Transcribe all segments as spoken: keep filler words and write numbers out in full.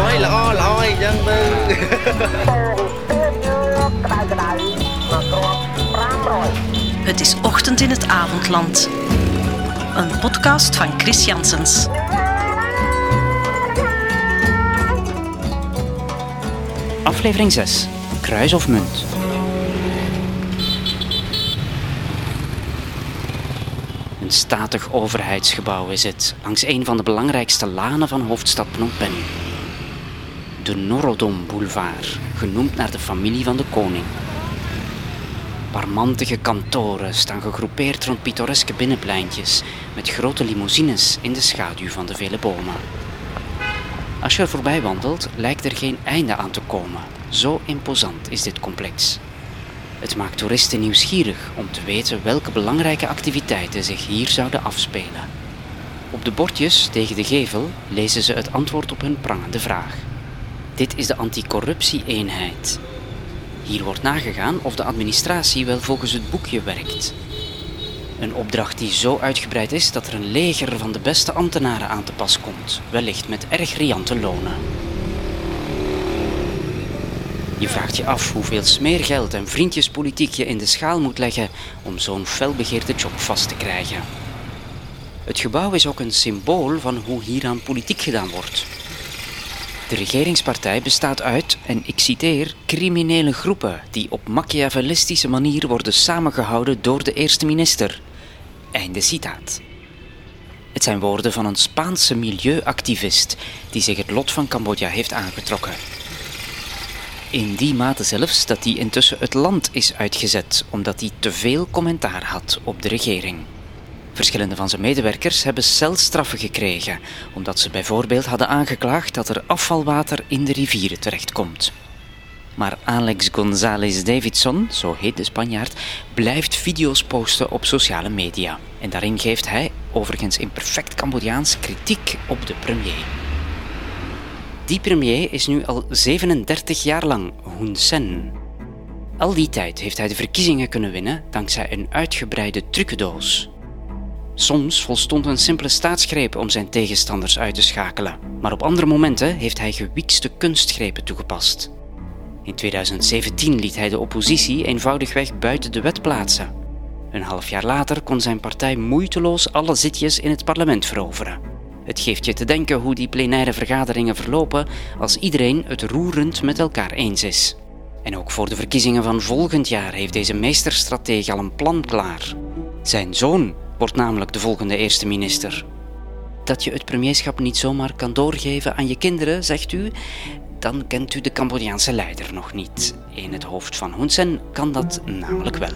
យល្អល្អអញ្ចឹងទៅ Het is ochtend in het avondland. Een podcast van Chris Janssens. Aflevering zes. Kruis of munt. Een statig overheidsgebouw is het, langs een van de belangrijkste lanen van hoofdstad Phnom Penh. De Norodom Boulevard, genoemd naar de familie van de koning. Parmantige kantoren staan gegroepeerd rond pittoreske binnenpleintjes met grote limousines in de schaduw van de vele bomen. Als je er voorbij wandelt, lijkt er geen einde aan te komen. Zo imposant is dit complex. Het maakt toeristen nieuwsgierig om te weten welke belangrijke activiteiten zich hier zouden afspelen. Op de bordjes tegen de gevel lezen ze het antwoord op hun prangende vraag. Dit is de anticorruptie-eenheid. Hier wordt nagegaan of de administratie wel volgens het boekje werkt. Een opdracht die zo uitgebreid is dat er een leger van de beste ambtenaren aan te pas komt, wellicht met erg riante lonen. Je vraagt je af hoeveel smeergeld en vriendjespolitiek je in de schaal moet leggen om zo'n felbegeerde job vast te krijgen. Het gebouw is ook een symbool van hoe hier aan politiek gedaan wordt. De regeringspartij bestaat uit, en ik citeer, criminele groepen die op machiavellistische manier worden samengehouden door de eerste minister. Einde citaat. Het zijn woorden van een Spaanse milieuactivist die zich het lot van Cambodja heeft aangetrokken. In die mate zelfs dat hij intussen het land is uitgezet omdat hij te veel commentaar had op de regering. Verschillende van zijn medewerkers hebben celstraffen gekregen, omdat ze bijvoorbeeld hadden aangeklaagd dat er afvalwater in de rivieren terechtkomt. Maar Alex González Davidson, zo heet de Spanjaard, blijft video's posten op sociale media. En daarin geeft hij, overigens in perfect Cambodjaans, kritiek op de premier. Die premier is nu al zevenendertig jaar lang Hun Sen. Al die tijd heeft hij de verkiezingen kunnen winnen dankzij een uitgebreide trucendoos. Soms volstond een simpele staatsgreep om zijn tegenstanders uit te schakelen, maar op andere momenten heeft hij gewiekste kunstgrepen toegepast. In tweeduizend zeventien liet hij de oppositie eenvoudigweg buiten de wet plaatsen. Een half jaar later kon zijn partij moeiteloos alle zitjes in het parlement veroveren. Het geeft je te denken hoe die plenaire vergaderingen verlopen als iedereen het roerend met elkaar eens is. En ook voor de verkiezingen van volgend jaar heeft deze meesterstratege al een plan klaar. Zijn zoon wordt namelijk de volgende eerste minister. Dat je het premierschap niet zomaar kan doorgeven aan je kinderen, zegt u, dan kent u de Cambodjaanse leider nog niet. In het hoofd van Hun Sen kan dat namelijk wel.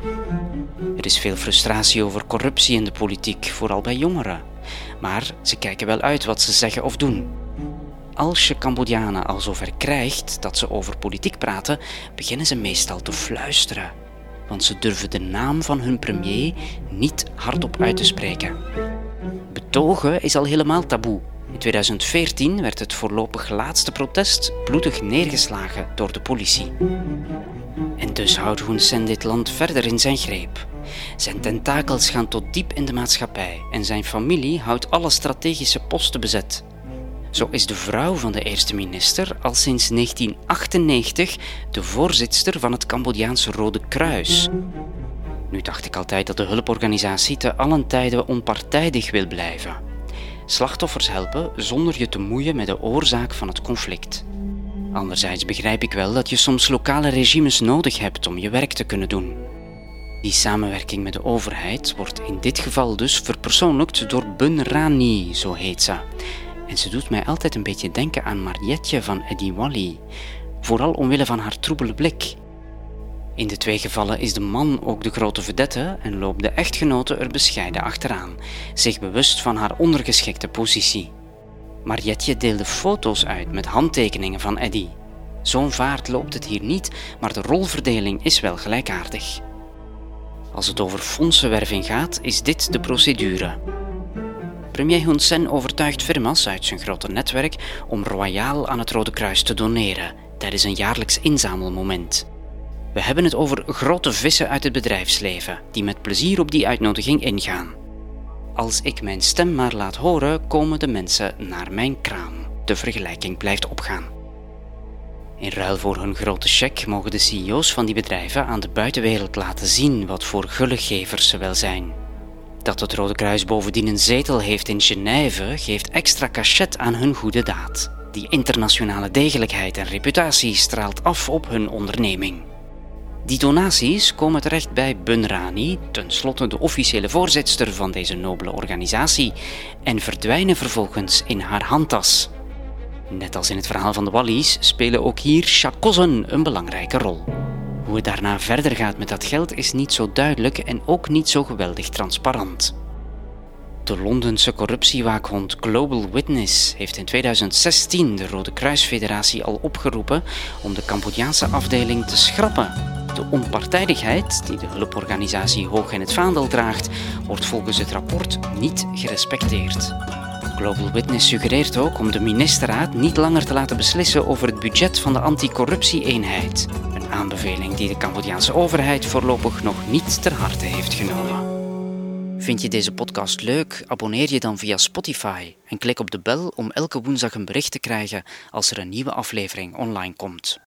Er is veel frustratie over corruptie in de politiek, vooral bij jongeren. Maar ze kijken wel uit wat ze zeggen of doen. Als je Cambodjanen al zover krijgt dat ze over politiek praten, beginnen ze meestal te fluisteren. Want ze durven de naam van hun premier niet hardop uit te spreken. Betogen is al helemaal taboe. In tweeduizend veertien werd het voorlopig laatste protest bloedig neergeslagen door de politie. En dus houdt Hun Sen dit land verder in zijn greep. Zijn tentakels gaan tot diep in de maatschappij en zijn familie houdt alle strategische posten bezet. Zo is de vrouw van de eerste minister al sinds negentien achtennegentig de voorzitster van het Cambodjaanse Rode Kruis. Nu dacht ik altijd dat de hulporganisatie te allen tijde onpartijdig wil blijven. Slachtoffers helpen zonder je te moeien met de oorzaak van het conflict. Anderzijds begrijp ik wel dat je soms lokale regimes nodig hebt om je werk te kunnen doen. Die samenwerking met de overheid wordt in dit geval dus verpersoonlijkt door Bun Rani, zo heet ze. En ze doet mij altijd een beetje denken aan Marietje van Eddie Wally, vooral omwille van haar troebele blik. In de twee gevallen is de man ook de grote vedette en loopt de echtgenote er bescheiden achteraan, zich bewust van haar ondergeschikte positie. Marietje deelde foto's uit met handtekeningen van Eddie. Zo'n vaart loopt het hier niet, maar de rolverdeling is wel gelijkaardig. Als het over fondsenwerving gaat, is dit de procedure. Premier Hun Sen overtuigt firma's uit zijn grote netwerk om royaal aan het Rode Kruis te doneren tijdens een jaarlijks inzamelmoment. We hebben het over grote vissen uit het bedrijfsleven die met plezier op die uitnodiging ingaan. Als ik mijn stem maar laat horen, komen de mensen naar mijn kraam. de vergelijking blijft opgaan. In ruil voor hun grote cheque mogen de C E O's van die bedrijven aan de buitenwereld laten zien wat voor gullegevers ze wel zijn. Dat het Rode Kruis bovendien een zetel heeft in Genève geeft extra cachet aan hun goede daad. Die internationale degelijkheid en reputatie straalt af op hun onderneming. Die donaties komen terecht bij Bunrani, tenslotte de officiële voorzitster van deze nobele organisatie, en verdwijnen vervolgens in haar handtas. Net als in het verhaal van de Wallis spelen ook hier chakossen een belangrijke rol. Hoe het daarna verder gaat met dat geld is niet zo duidelijk en ook niet zo geweldig transparant. De Londense corruptiewaakhond Global Witness heeft in tweeduizend zestien de Rode Kruisfederatie al opgeroepen om de Cambodjaanse afdeling te schrappen. De onpartijdigheid, die de hulporganisatie hoog in het vaandel draagt, wordt volgens het rapport niet gerespecteerd. Global Witness suggereert ook om de ministerraad niet langer te laten beslissen over het budget van de anticorruptie-eenheid. Een aanbeveling die de Cambodjaanse overheid voorlopig nog niet ter harte heeft genomen. Vind je deze podcast leuk? Abonneer je dan via Spotify en klik op de bel om elke woensdag een bericht te krijgen als er een nieuwe aflevering online komt.